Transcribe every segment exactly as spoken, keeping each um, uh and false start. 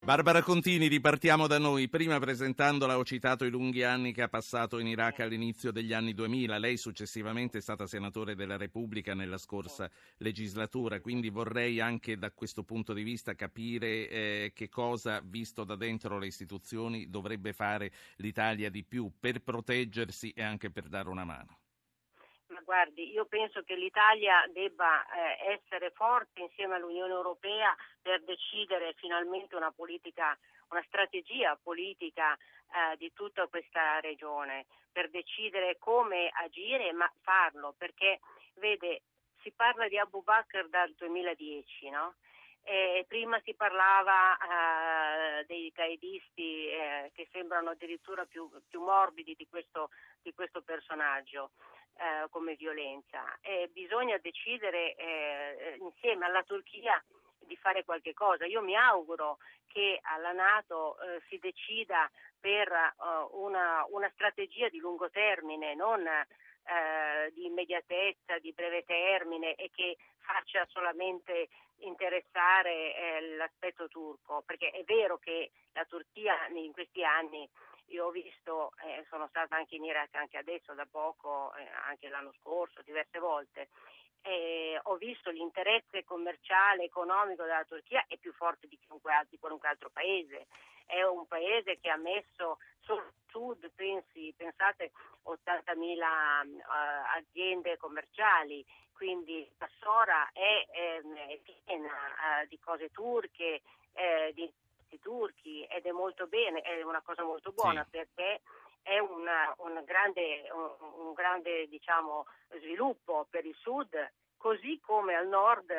Barbara Contini, ripartiamo da noi. Prima presentandola ho citato i lunghi anni che ha passato in Iraq all'inizio degli anni duemila. Lei successivamente è stata senatore della Repubblica nella scorsa legislatura, quindi vorrei anche da questo punto di vista capire eh, che cosa, visto da dentro le istituzioni, dovrebbe fare l'Italia di più per proteggersi e anche per dare una mano. Ma guardi, io penso che l'Italia debba eh, essere forte insieme all'Unione Europea per decidere finalmente una politica, una strategia politica eh, di tutta questa regione, per decidere come agire, ma farlo, perché vede, si parla di Abu Bakr dal duemiladieci, no? E prima si parlava uh, dei qaedisti eh, che sembrano addirittura più, più morbidi di questo, di questo personaggio eh, come violenza, e bisogna decidere eh, insieme alla Turchia di fare qualche cosa. Io mi auguro che alla NATO eh, si decida per uh, una, una strategia di lungo termine, non eh, di immediatezza, di breve termine, e che faccia solamente interessare eh, l'aspetto turco, perché è vero che la Turchia in questi anni, io ho visto, eh, sono stata anche in Iraq anche adesso da poco, eh, anche l'anno scorso diverse volte, eh, ho visto l'interesse commerciale, economico della Turchia è più forte di chiunque altro, di qualunque altro paese. È un paese che ha messo sul sud, pensi, pensate, ottantamila uh, aziende commerciali, quindi Bassora è, è, è piena uh, di cose turche, eh, di turchi, ed è molto bene, è una cosa molto buona, sì, perché è una, un grande, un, un grande diciamo, sviluppo per il sud, così come al nord.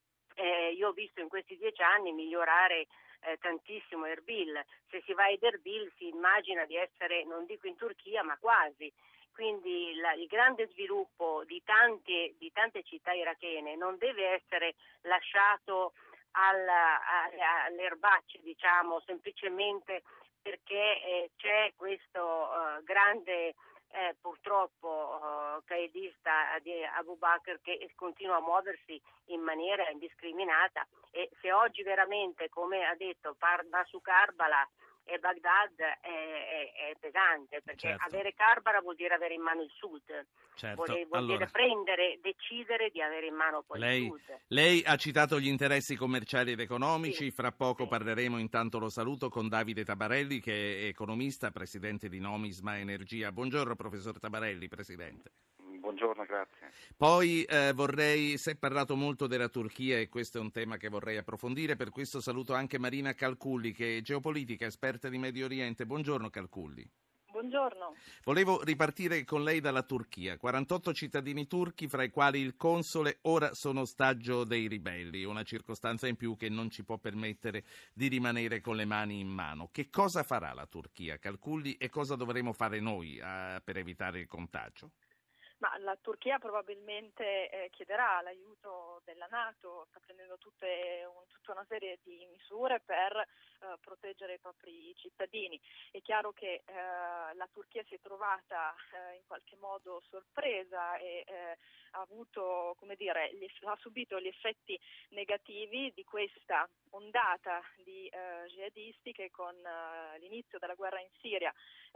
Eh, io ho visto in questi dieci anni migliorare eh, tantissimo Erbil. Se si va ad Erbil si immagina di essere, non dico in Turchia, ma quasi. Quindi la, il grande sviluppo di tante, di tante città irachene non deve essere lasciato alla, alle erbacce, diciamo, semplicemente perché eh, c'è questo uh, grande eh, purtroppo uh, qaedista di Abu Bakr che continua a muoversi in maniera indiscriminata, e se oggi veramente, come ha detto, par- va su Karbala e Baghdad è, è, è pesante, perché certo, avere Karbala vuol dire avere in mano il sud, certo, vuol, vuol allora, dire prendere, decidere di avere in mano poi lei, il sud. Lei ha citato gli interessi commerciali ed economici, sì, fra poco sì. parleremo, intanto lo saluto, con Davide Tabarelli che è economista, presidente di Nomisma Energia. Buongiorno professor Tabarelli, presidente. Buongiorno, grazie. Poi eh, vorrei, si è parlato molto della Turchia e questo è un tema che vorrei approfondire, per questo saluto anche Marina Calculli che è geopolitica, esperta di Medio Oriente. Buongiorno Calculli. Buongiorno. Volevo ripartire con lei dalla Turchia. quarantotto cittadini turchi, fra i quali il console, ora sono ostaggio dei ribelli, una circostanza in più che non ci può permettere di rimanere con le mani in mano. Che cosa farà la Turchia, Calculli, e cosa dovremo fare noi eh, per evitare il contagio? Ma la Turchia probabilmente eh, chiederà l'aiuto della NATO, sta prendendo tutte, un, tutta una serie di misure per eh, proteggere i propri cittadini. È chiaro che eh, la Turchia si è trovata eh, in qualche modo sorpresa e eh, ha avuto, come dire, gli, ha subito gli effetti negativi di questa ondata di eh, jihadisti che con eh, l'inizio della guerra in Siria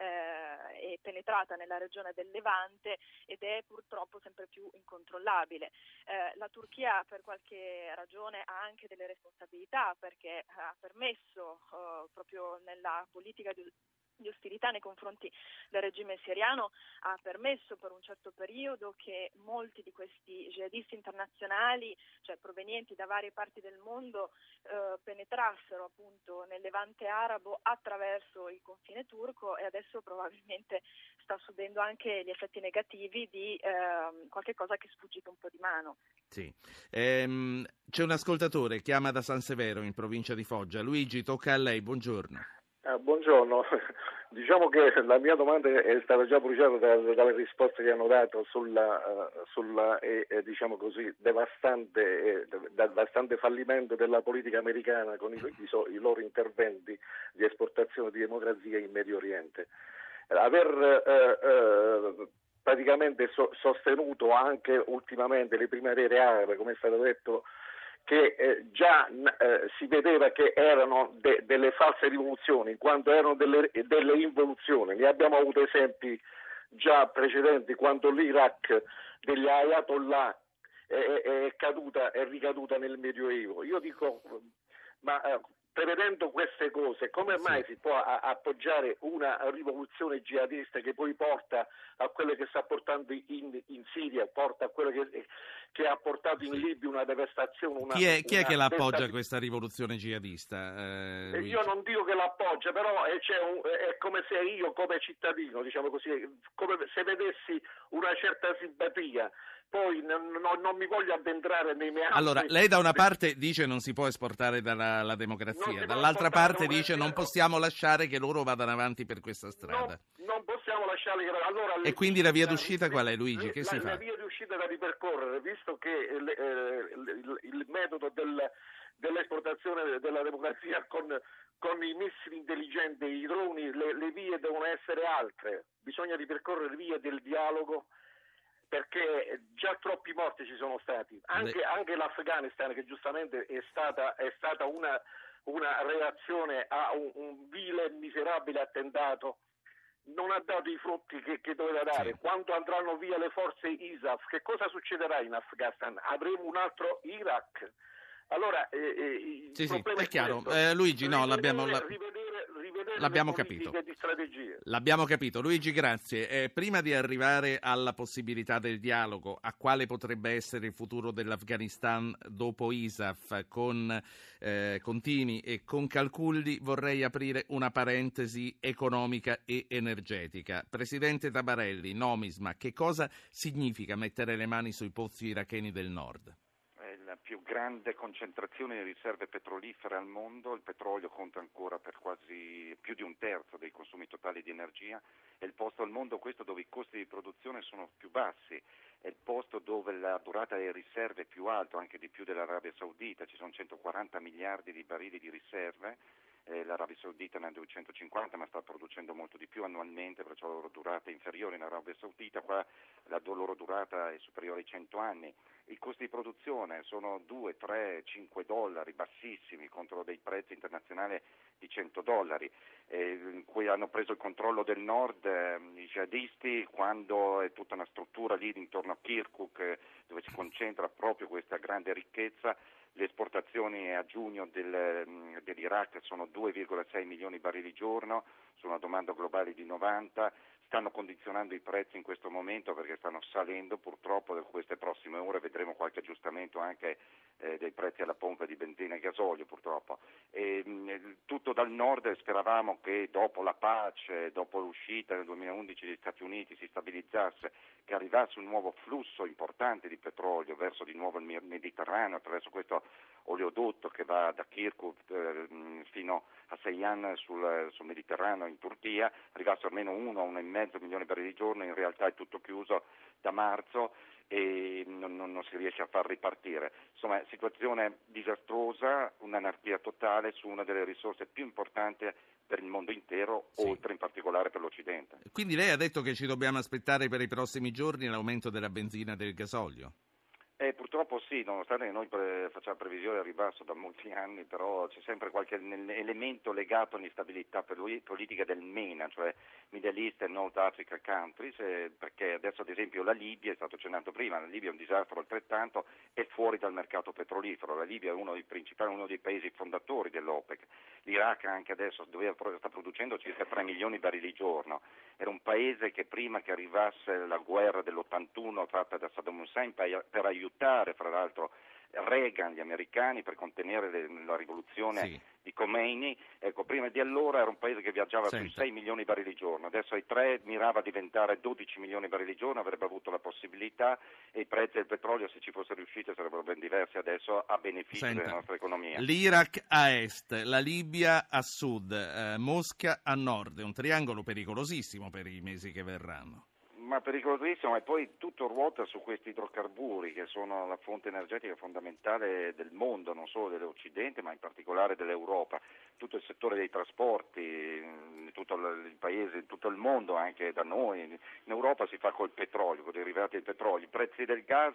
eh, è penetrata nella regione del Levante ed è purtroppo sempre più incontrollabile. Eh, la Turchia per qualche ragione ha anche delle responsabilità, perché ha permesso eh, proprio nella politica di di ostilità nei confronti del regime siriano, ha permesso per un certo periodo che molti di questi jihadisti internazionali, cioè provenienti da varie parti del mondo, eh, penetrassero appunto nel Levante arabo attraverso il confine turco, e adesso probabilmente sta subendo anche gli effetti negativi di eh, qualche cosa che è sfuggito un po' di mano. Sì. Ehm, c'è un ascoltatore, chiama da San Severo in provincia di Foggia. Luigi, tocca a lei, buongiorno. Eh, buongiorno, diciamo che la mia domanda è stata già bruciata dalle, dalle risposte che hanno dato sulla, uh, sulla eh, eh, diciamo così, devastante, eh, devastante fallimento della politica americana con i, i, i loro interventi di esportazione di democrazia in Medio Oriente. Aver eh, eh, praticamente so, sostenuto anche ultimamente le primavere arabe, come è stato detto, che eh, già eh, si vedeva che erano de- delle false rivoluzioni, in quanto erano delle, delle involuzioni. Ne abbiamo avuto esempi già precedenti, quando l'Iraq degli Ayatollah è, è, caduta, è ricaduta nel Medioevo. Io dico, ma eh, prevedendo queste cose, come mai sì. si può a- appoggiare una rivoluzione jihadista che poi porta a quello che sta portando in, in Siria, porta a quello che, che ha portato in Sì. Libia una devastazione? Una, Chi è, chi è una che l'appoggia destabilizzazione. questa rivoluzione jihadista? Eh, Luigi? Io non dico che l'appoggia, però è, c'è un, è come se io come cittadino, diciamo così, come se vedessi una certa simpatia. Poi non, non, non mi voglio addentrare nei meandri. Allora, lei da una parte dice non si può esportare dalla la Non democrazia, si può dall'altra esportare parte la dice non democrazia. possiamo lasciare che loro vadano avanti per questa Non, strada. non possiamo lasciarli. Allora, E quindi la via d'uscita qual è, Luigi? Che la, si la fa? via d'uscita da ripercorrere, visto che eh, il, il metodo del, dell'esportazione della democrazia con, con i missili intelligenti, i droni, le, le vie devono essere altre. Bisogna ripercorrere vie del dialogo, perché già troppi morti ci sono stati. Anche, Le... anche l'Afghanistan, che giustamente è stata, è stata una, una reazione a un, un vile e miserabile attentato, non ha dato i frutti che, che doveva dare. Sì. Quando andranno via le forze I S A F, che cosa succederà in Afghanistan? Avremo un altro Iraq? Allora, eh, eh, Sì, il sì, problema è chiaro. questo. Eh, Luigi, no, rivedere, l'abbiamo, la... rivedere, rivedere l'abbiamo le capito. politiche di strategie. L'abbiamo capito. Luigi, grazie. Eh, prima di arrivare alla possibilità del dialogo, a quale potrebbe essere il futuro dell'Afghanistan dopo I S A F, con eh, Contini e con Calculli, vorrei aprire una parentesi economica e energetica. Presidente Tabarelli, Nomisma, che cosa significa mettere le mani sui pozzi iracheni del nord? La più grande concentrazione di riserve petrolifere al mondo, il petrolio conta ancora per quasi più di un terzo dei consumi totali di energia, è il posto al mondo questo dove i costi di produzione sono più bassi, è il posto dove la durata delle riserve è più alta, anche di più dell'Arabia Saudita, ci sono centoquaranta miliardi di barili di riserve. Eh, L'Arabia Saudita ne ha duecentocinquanta, ma sta producendo molto di più annualmente, perciò la loro durata è inferiore in Arabia Saudita, qua la loro durata è superiore ai cento anni. I costi di produzione sono due, tre, cinque dollari, bassissimi, contro dei prezzi internazionali di cento dollari, eh, in cui hanno preso il controllo del nord eh, i jihadisti, quando è tutta una struttura lì intorno a Kirkuk, eh, dove si concentra proprio questa grande ricchezza. Le esportazioni a giugno del, dell'Iraq sono due virgola sei milioni di barili giorno, su una domanda globale di novanta, stanno condizionando i prezzi in questo momento perché stanno salendo purtroppo. Da queste prossime ore vedremo qualche aggiustamento anche eh, dei prezzi alla pompa di benzina e gasolio purtroppo. E, mh, tutto dal nord. Speravamo che dopo la pace, dopo l'uscita nel duemilaundici degli Stati Uniti si stabilizzasse, che arrivasse un nuovo flusso importante di petrolio verso di nuovo il Mediterraneo attraverso questo oleodotto che va da Kirkuk eh, fino a Seyhan sul, sul Mediterraneo in Turchia, arrivasse almeno uno, uno e mezzo milione di barili al giorno. In realtà è tutto chiuso da marzo e non, non, non si riesce a far ripartire. Insomma, situazione disastrosa, un'anarchia totale su una delle risorse più importanti per il mondo intero, sì, oltre in particolare per l'Occidente. Quindi lei ha detto che ci dobbiamo aspettare per i prossimi giorni l'aumento della benzina e del gasolio? Eh, purtroppo sì, nonostante noi pre- facciamo previsione al ribasso da molti anni, però c'è sempre qualche elemento legato all'instabilità politica del MENA, cioè Middle East e North Africa countries, eh, perché adesso ad esempio la Libia, è stato accennato prima, la Libia è un disastro altrettanto, è fuori dal mercato petrolifero. La Libia è uno dei principali, uno dei paesi fondatori dell'OPEC. L'Iraq anche adesso doveva, sta producendo circa tre milioni di barili al giorno. Era un paese che prima che arrivasse la guerra dell'ottantuno fatta da Saddam Hussein per, per aiutare fra l'altro Reagan, gli americani, per contenere le, la rivoluzione, sì, di Khomeini, ecco, prima di allora era un paese che viaggiava Senta. sui sei milioni di barili al giorno, adesso ai tre mirava a diventare dodici milioni di barili al giorno, avrebbe avuto la possibilità, e i prezzi del petrolio, se ci fosse riusciti, sarebbero ben diversi adesso a beneficio Senta. della nostra economia. L'Iraq a est, la Libia a sud, eh, Mosca a nord, è un triangolo pericolosissimo per i mesi che verranno. Ma pericolosissimo, e poi tutto ruota su questi idrocarburi che sono la fonte energetica fondamentale del mondo, non solo dell'Occidente ma in particolare dell'Europa. Tutto il settore dei trasporti, in tutto il paese, in tutto il mondo, anche da noi, in Europa si fa col petrolio, con i derivati del petrolio. I prezzi del gas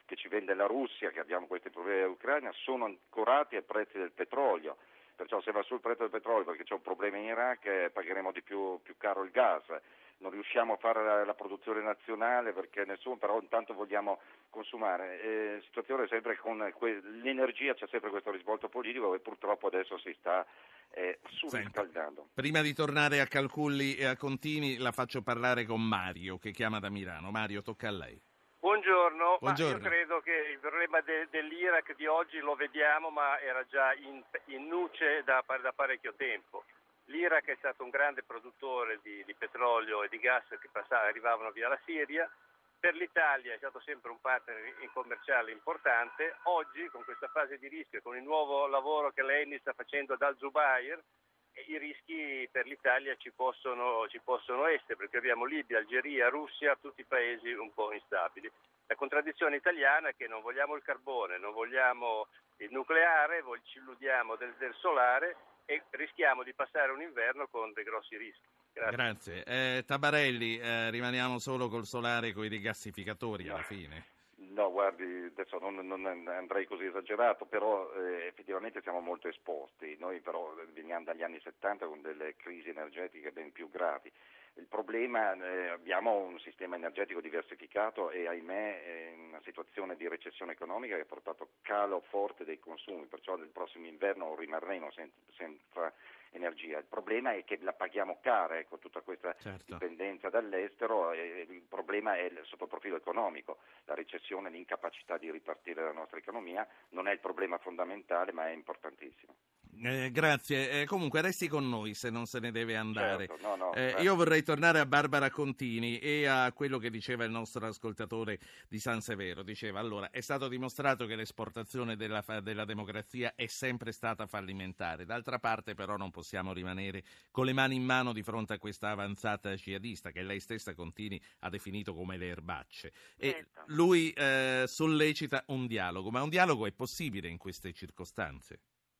che ci vende la Russia, che abbiamo questi problemi dell'Ucraina, sono ancorati ai prezzi del petrolio. Perciò se va sul prezzo del petrolio perché c'è un problema in Iraq, eh, pagheremo di più, più caro il gas. Non riusciamo a fare la, la produzione nazionale perché nessuno, però intanto vogliamo consumare. Eh, situazione sempre con que- l'energia, c'è sempre questo risvolto politico e purtroppo adesso si sta eh, surriscaldando. Prima di tornare a Calculli e a Contini la faccio parlare con Mario che chiama da Milano. Mario, tocca a lei. Buongiorno, Buongiorno. Ma io credo che il problema de- dell'Iraq di oggi lo vediamo, ma era già in, in nuce da, da parecchio tempo. L'Iraq è stato un grande produttore di, di petrolio e di gas che passava, arrivavano via la Siria. Per l'Italia è stato sempre un partner commerciale importante. Oggi, con questa fase di rischio e con il nuovo lavoro che l'Eni sta facendo dal Zubair, i rischi per l'Italia ci possono, ci possono essere, perché abbiamo Libia, Algeria, Russia, tutti paesi un po' instabili. La contraddizione italiana è che non vogliamo il carbone, non vogliamo il nucleare, ci illudiamo del, del solare e rischiamo di passare un inverno con dei grossi rischi. Grazie. Grazie. Eh, Tabarelli, eh, rimaniamo solo col solare e con i rigassificatori alla fine. No, guardi, adesso non, non andrei così esagerato, però eh, effettivamente siamo molto esposti. Noi però veniamo dagli anni settanta con delle crisi energetiche ben più gravi. Il problema, eh, abbiamo un sistema energetico diversificato e ahimè è una situazione di recessione economica che ha portato calo forte dei consumi, perciò nel prossimo inverno rimarremo sen- senza energia. Il problema è che la paghiamo cara, ecco, tutta questa certo. dipendenza dall'estero, e il problema è sotto il profilo economico, la recessione, l'incapacità di ripartire la nostra economia non è il problema fondamentale ma è importantissimo. Eh, grazie, eh, comunque resti con noi se non se ne deve andare. Certo, no, no, eh, io vorrei tornare a Barbara Contini e a quello che diceva il nostro ascoltatore di San Severo. Diceva, allora, è stato dimostrato che l'esportazione della, della democrazia è sempre stata fallimentare, d'altra parte però non possiamo rimanere con le mani in mano di fronte a questa avanzata jihadista che lei stessa, Contini, ha definito come le erbacce. E certo. lui eh, sollecita un dialogo, ma un dialogo è possibile in queste circostanze?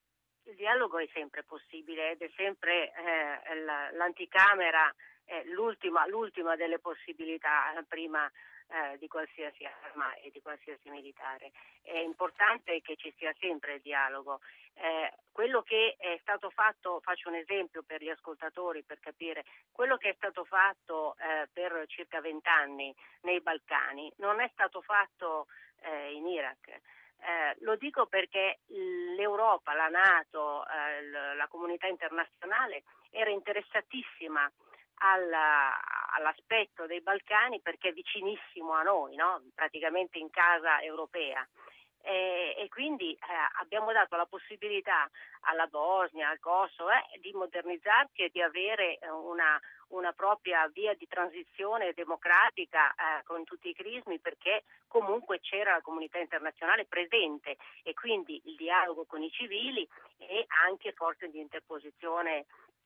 Il dialogo è sempre possibile ed è sempre eh, l'anticamera è l'ultima, l'ultima delle possibilità prima eh, di qualsiasi arma e di qualsiasi militare. È importante che ci sia sempre il dialogo. Eh, quello che è stato fatto, faccio un esempio per gli ascoltatori per capire, quello che è stato fatto eh, per circa vent'anni nei Balcani non è stato fatto eh, in Iraq. Eh, lo dico perché l'Europa, la NATO, eh, la comunità internazionale era interessatissima alla, all'aspetto dei Balcani perché è vicinissimo a noi, no? Praticamente in casa europea. E, e quindi eh, abbiamo dato la possibilità alla Bosnia, al Kosovo eh, di modernizzarsi e di avere una, una propria via di transizione democratica eh, con tutti i crismi, perché comunque c'era la comunità internazionale presente e quindi il dialogo con i civili e anche forze di interposizione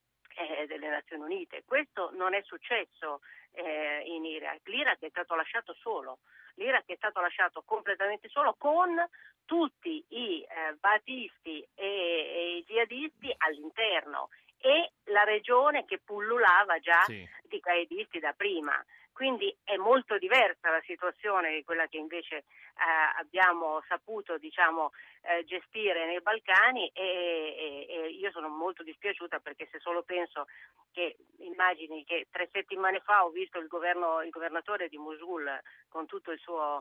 eh, delle Nazioni Unite. Questo non è successo eh, in Iraq. L'Iraq è stato lasciato solo. L'Iraq è stato lasciato completamente solo con tutti i eh, baathisti e, e i jihadisti all'interno e la regione che pullulava già sì. di qaedisti da prima. Quindi è molto diversa la situazione di quella che invece eh, abbiamo saputo diciamo, eh, gestire nei Balcani e, e, e io sono molto dispiaciuta perché se solo penso che immagini che tre settimane fa ho visto il governo, il governatore di Mosul con tutto il suo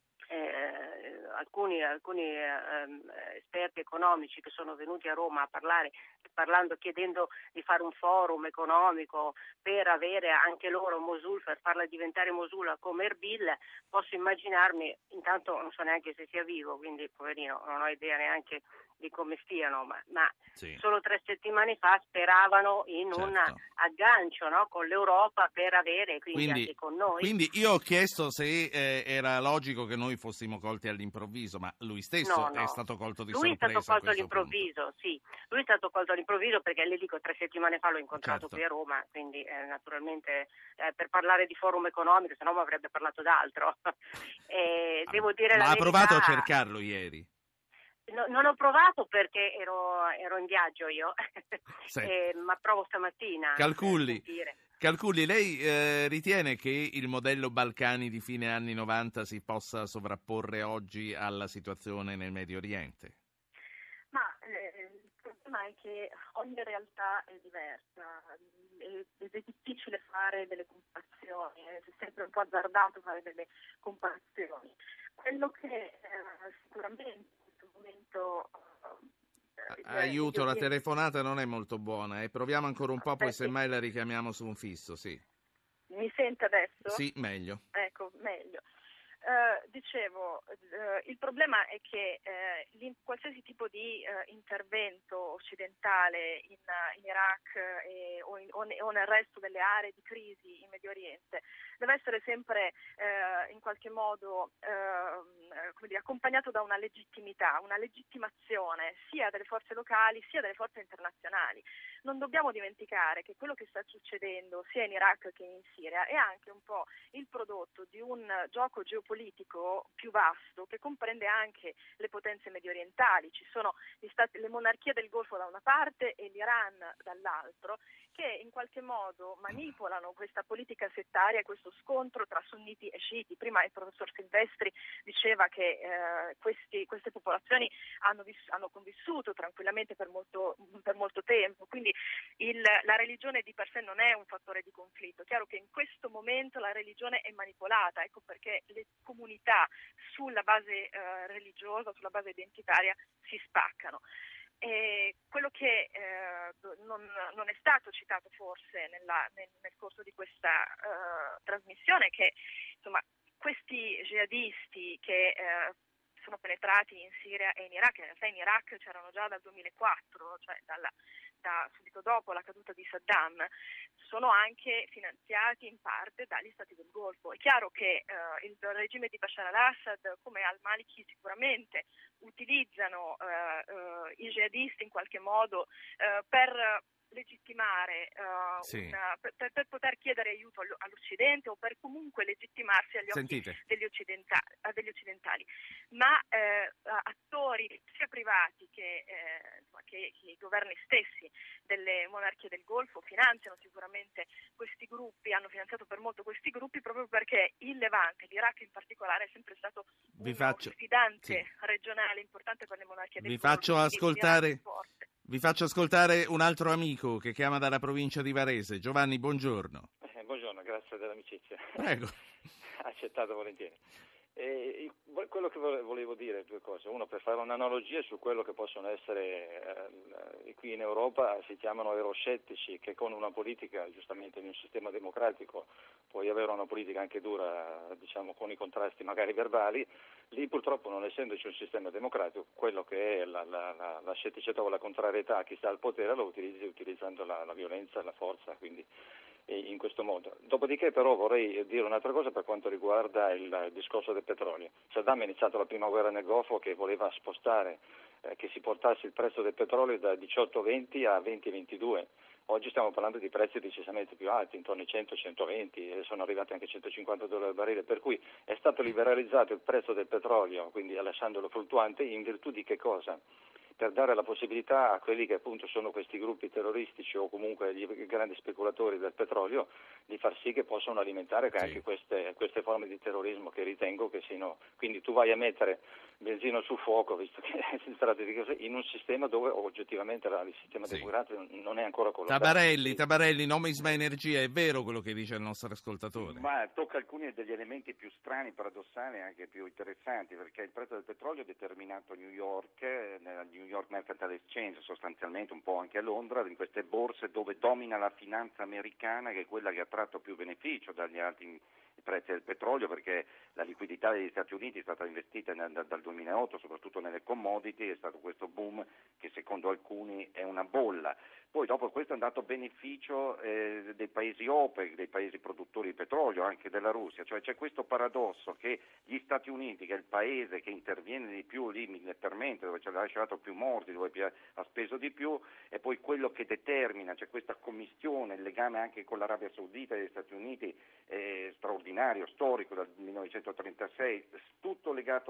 Eh, alcuni, alcuni eh, esperti economici che sono venuti a Roma a parlare, parlando, chiedendo di fare un forum economico per avere anche loro Mosul, per farla diventare Mosul come Erbil, posso immaginarmi, intanto non so neanche se sia vivo, quindi poverino non ho idea neanche di come stiano, ma, ma sì. solo tre settimane fa speravano in certo. un aggancio no, con l'Europa per avere, quindi, quindi anche con noi. Quindi io ho chiesto se eh, era logico che noi fossimo colti all'improvviso, ma lui stesso no, no. è stato colto di lui sorpresa. Lui è stato colto all'improvviso, punto. sì. Lui è stato colto all'improvviso perché le dico tre settimane fa l'ho incontrato certo. qui a Roma, quindi eh, naturalmente eh, per parlare di forum economico, se no mi avrebbe parlato d'altro. eh, ah, devo dire ma la ha verità, provato a cercarlo ieri? No, non ho provato perché ero, ero in viaggio io, eh, ma provo stamattina. Calculli, Calculi, lei eh, ritiene che il modello Balcani di fine anni novanta si possa sovrapporre oggi alla situazione nel Medio Oriente? Ma eh, il problema è che ogni realtà è diversa, è, è difficile fare delle comparazioni, è sempre un po' azzardato fare delle comparazioni. Quello che eh, sicuramente in questo momento... Eh, Aiuto, la telefonata non è molto buona e eh. proviamo ancora un po', poi semmai la richiamiamo su un fisso, sì. Mi sente adesso? Sì, meglio. Ecco, meglio. Uh, dicevo, uh, il problema è che uh, qualsiasi tipo di uh, intervento occidentale in, uh, in Iraq e, o, in, o, ne, o nel resto delle aree di crisi in Medio Oriente deve essere sempre uh, in qualche modo uh, come dire, accompagnato da una legittimità, una legittimazione sia delle forze locali sia delle forze internazionali. Non dobbiamo dimenticare che quello che sta succedendo sia in Iraq che in Siria è anche un po' il prodotto di un gioco geopolitico più vasto che comprende anche le potenze mediorientali. Ci sono gli stati, le monarchie del Golfo da una parte e l'Iran dall'altro, che in qualche modo manipolano questa politica settaria, questo scontro tra sunniti e sciiti. Prima il professor Silvestri diceva che eh, questi, queste popolazioni hanno, vis- hanno convissuto tranquillamente per molto, per molto tempo, quindi il, la religione di per sé non è un fattore di conflitto. È chiaro che in questo momento la religione è manipolata, ecco perché le comunità sulla base eh, religiosa, sulla base identitaria si spaccano. E quello che eh, non, non è stato citato forse nella, nel, nel corso di questa eh, trasmissione è che insomma, questi jihadisti che eh, sono penetrati in Siria e in Iraq, in realtà in Iraq c'erano già dal duemilaquattro, cioè dalla, da, subito dopo la caduta di Saddam, sono anche finanziati in parte dagli stati del Golfo. È chiaro che eh, il regime di Bashar al-Assad, come al-Maliki, sicuramente utilizzano eh, eh, i jihadisti in qualche modo eh, per legittimare uh, sì. una, per, per poter chiedere aiuto all'Occidente o per comunque legittimarsi agli Sentite. occhi degli occidentali, degli occidentali. Ma eh, attori sia privati che, eh, insomma, che, che i governi stessi delle monarchie del Golfo finanziano sicuramente questi gruppi, hanno finanziato per molto questi gruppi proprio perché il Levante, l'Iraq in particolare, è sempre stato Vi uno faccio... sfidante sì. regionale importante per le monarchie del Vi Golfo. Faccio ascoltare... Vi faccio ascoltare un altro amico che chiama dalla provincia di Varese. Giovanni, buongiorno. Eh, buongiorno, grazie dell'amicizia. Prego. Accettato volentieri. E quello che volevo dire, due cose. Uno, per fare un'analogia su quello che possono essere eh, qui in Europa, si chiamano euroscettici, che con una politica, giustamente in un sistema democratico, puoi avere una politica anche dura, diciamo, con i contrasti magari verbali. Lì purtroppo, non essendoci un sistema democratico, quello che è la, la, la, la scetticità o la contrarietà a chi sta al potere lo utilizzi utilizzando la, la violenza e la forza, quindi in questo modo. Dopodiché però vorrei dire un'altra cosa per quanto riguarda il discorso del petrolio. Saddam ha iniziato la prima guerra nel Golfo che voleva spostare, eh, che si portasse il prezzo del petrolio da diciotto venti a venti ventidue. Oggi stiamo parlando di prezzi decisamente più alti, intorno ai cento centoventi, e sono arrivati anche a centocinquanta dollari al barile, per cui è stato liberalizzato il prezzo del petrolio, quindi lasciandolo fluttuante, in virtù di che cosa? Per dare la possibilità a quelli che appunto sono questi gruppi terroristici o comunque gli grandi speculatori del petrolio di far sì che possano alimentare sì. anche queste, queste forme di terrorismo che ritengo che siano. Quindi tu vai a mettere benzina sul fuoco, visto che si tratta di cose, in un sistema dove oggettivamente il sistema sì. democratico non è ancora collocato. Tabarelli, Tabarelli, Nomisma Energia, è vero quello che dice il nostro ascoltatore? Ma tocca alcuni degli elementi più strani, paradossali e anche più interessanti, perché il prezzo del petrolio è determinato a New York, nella New York Mercantile Exchange, sostanzialmente un po' anche a Londra, in queste borse dove domina la finanza americana, che è quella che ha tratto più beneficio dagli alti prezzi del petrolio, perché la liquidità degli Stati Uniti è stata investita nel, dal duemilaotto soprattutto nelle commodity, è stato questo boom che secondo alcuni è una bolla. Poi dopo questo è andato a beneficio eh, dei paesi OPEC, dei paesi produttori di petrolio, anche della Russia, cioè c'è questo paradosso che gli Stati Uniti, che è il paese che interviene di più lì militarmente, dove ci ha lasciato più morti, dove ha speso di più, è poi quello che determina, c'è questa commistione, il legame anche con l'Arabia Saudita e gli Stati Uniti è straordinario, storico, dal millenovecentotrentasei, tutto legato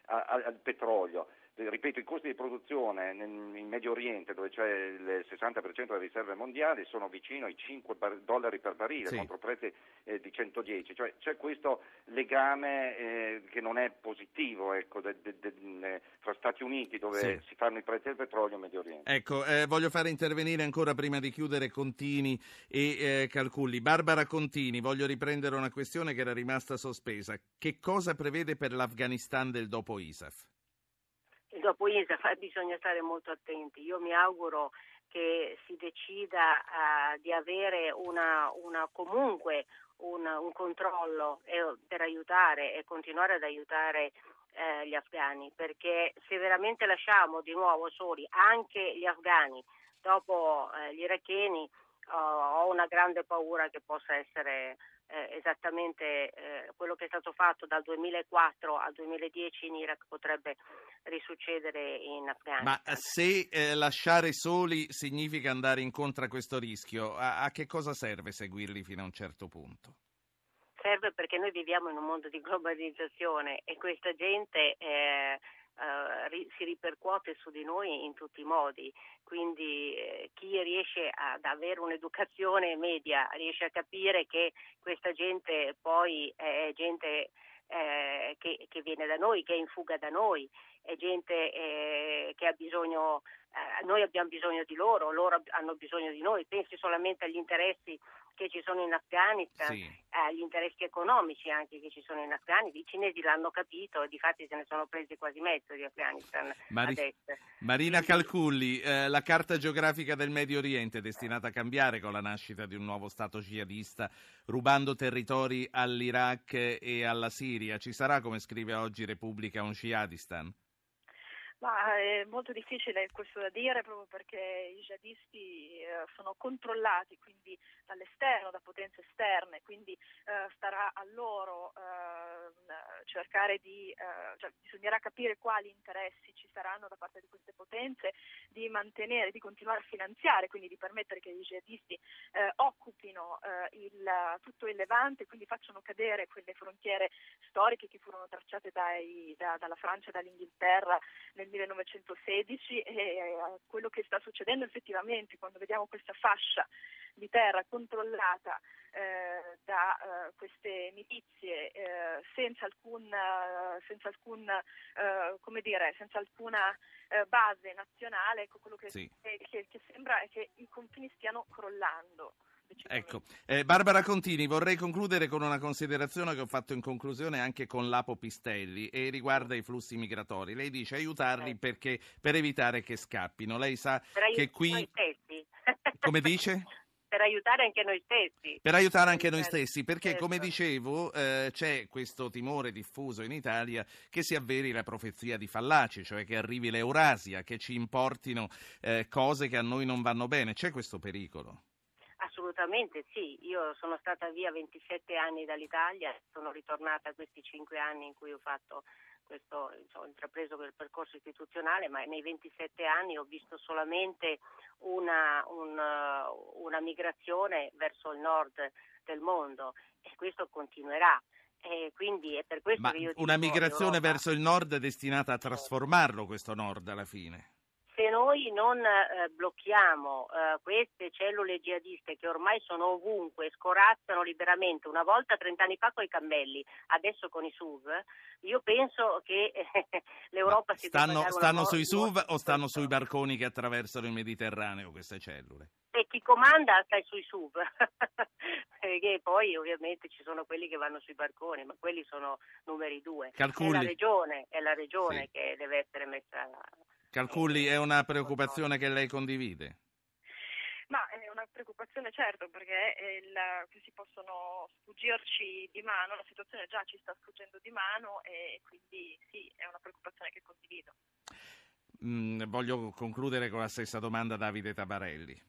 a, a, al petrolio. Ripeto, i costi di produzione nel, in Medio Oriente, dove c'è il sessanta per cento delle riserve mondiali, sono vicino ai cinque bar- dollari per barile, sì, contro prezzi eh, di centodieci. Cioè c'è questo legame eh, che non è positivo, ecco, de, de, de, fra Stati Uniti, dove sì, si fanno i prezzi del petrolio, e Medio Oriente. Ecco, eh, voglio fare intervenire ancora prima di chiudere Contini e eh, Calculli. Barbara Contini, voglio riprendere una questione che era rimasta sospesa. Che cosa prevede per l'Afghanistan del dopo I S A F? Il dopo I S A F bisogna stare molto attenti. Io mi auguro che si decida uh, di avere una, una comunque un, un controllo eh, per aiutare e continuare ad aiutare eh, gli afghani, perché se veramente lasciamo di nuovo soli anche gli afghani dopo eh, gli iracheni, uh, ho una grande paura che possa essere eh, esattamente eh, quello che è stato fatto dal duemilaquattro al duemiladieci in Iraq potrebbe risuccedere in Afghanistan. Ma se eh, lasciare soli significa andare incontro a questo rischio, a, a che cosa serve seguirli fino a un certo punto? Serve perché noi viviamo in un mondo di globalizzazione e questa gente eh, Uh, ri- si ripercuote su di noi in tutti i modi, quindi eh, chi riesce ad avere un'educazione media riesce a capire che questa gente poi è gente eh, che, che viene da noi, che è in fuga da noi, è gente eh, che ha bisogno, eh, noi abbiamo bisogno di loro, loro hanno bisogno di noi, pensi solamente agli interessi che ci sono in Afghanistan, sì, agli interessi economici anche che ci sono in Afghanistan. I cinesi l'hanno capito e difatti se ne sono presi quasi mezzo di Afghanistan. Mari- adesso. Marina Calculli, eh, la carta geografica del Medio Oriente è destinata a cambiare con la nascita di un nuovo stato jihadista, rubando territori all'Iraq e alla Siria. Ci sarà, come scrive oggi Repubblica, un jihadistan? Ma è molto difficile questo da dire proprio perché i jihadisti eh, sono controllati quindi dall'esterno, da potenze esterne, quindi eh, starà a loro eh, cercare di, eh, cioè bisognerà capire quali interessi ci saranno da parte di queste potenze di mantenere, di continuare a finanziare, quindi di permettere che gli jihadisti eh, occupino eh, il, tutto il Levante, quindi facciano cadere quelle frontiere storiche che furono tracciate dai, da, dalla Francia e dall'Inghilterra nel millenovecentosedici e eh, quello che sta succedendo effettivamente quando vediamo questa fascia di terra controllata eh, da eh, queste milizie eh, senza alcun, uh, senza alcun uh, come dire, senza alcuna uh, base nazionale, ecco, quello che, sì, che, che, che sembra è che i confini stiano crollando. Ecco, eh, Barbara Contini, vorrei concludere con una considerazione che ho fatto in conclusione anche con Lapo Pistelli e riguarda i flussi migratori. Lei dice aiutarli perché, per evitare che scappino. Lei sa per che qui... noi stessi. Come dice? Per aiutare anche noi stessi. Per aiutare anche noi stessi, perché certo, come dicevo eh, c'è questo timore diffuso in Italia che si avveri la profezia di Fallaci, cioè che arrivi l'Eurasia, che ci importino eh, cose che a noi non vanno bene. C'è questo pericolo? Assolutamente sì, io sono stata via ventisette anni dall'Italia, sono ritornata questi cinque anni in cui ho fatto questo, insomma, ho intrapreso quel percorso istituzionale, ma nei ventisette anni ho visto solamente una, una, una migrazione verso il nord del mondo e questo continuerà. E quindi è per questo Ma che io dico una migrazione Europa, verso il nord è destinata a trasformarlo questo nord alla fine? se noi non eh, blocchiamo eh, queste cellule jihadiste che ormai sono ovunque, scorazzano liberamente, una volta trent'anni fa con i cammelli, adesso con i S U V, io penso che eh, l'Europa Ma si stanno, debba dare stanno una sui S U V o stanno questo. sui barconi che attraversano il Mediterraneo queste cellule? E chi comanda sta sui S U V, perché poi ovviamente ci sono quelli che vanno sui barconi, ma quelli sono numeri due. Calculli. È la regione, è la regione Sì. che deve essere messa... Calculli, è una preoccupazione che lei condivide? Ma è una preoccupazione certo perché il, si possono sfuggirci di mano, la situazione già ci sta sfuggendo di mano e quindi sì, è una preoccupazione che condivido. Mm, voglio concludere con la stessa domanda a Davide Tabarelli.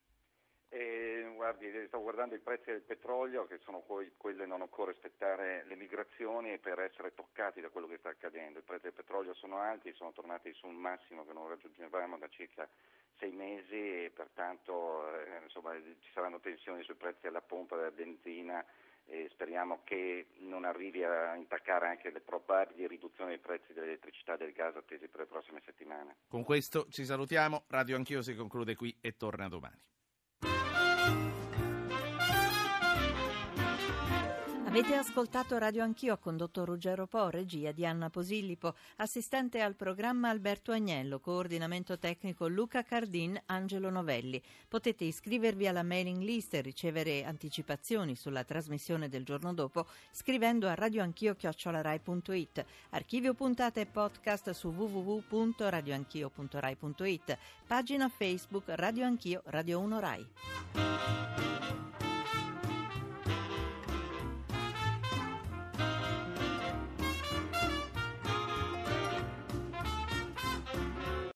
Eh, guardi, sto guardando i prezzi del petrolio che sono poi quelli non occorre aspettare le migrazioni per essere toccati da quello che sta accadendo. I prezzi del petrolio sono alti, sono tornati su un massimo che non raggiungevamo da circa sei mesi e pertanto eh, insomma, ci saranno tensioni sui prezzi alla pompa della benzina e speriamo che non arrivi a intaccare anche le probabili riduzioni dei prezzi dell'elettricità e del gas attesi per le prossime settimane. Con questo ci salutiamo, Radio Anch'io si conclude qui e torna domani. Avete ascoltato Radio Anch'io, ha condotto Ruggero Po, regia di Anna Posillipo, assistente al programma Alberto Agnello, coordinamento tecnico Luca Cardin, Angelo Novelli. Potete iscrivervi alla mailing list e ricevere anticipazioni sulla trasmissione del giorno dopo scrivendo a radioanchio chiocciola rai punto it. Archivio puntate e podcast su w w w punto radioanchio punto rai punto it. Pagina Facebook Radio Anch'io, Radio uno Rai.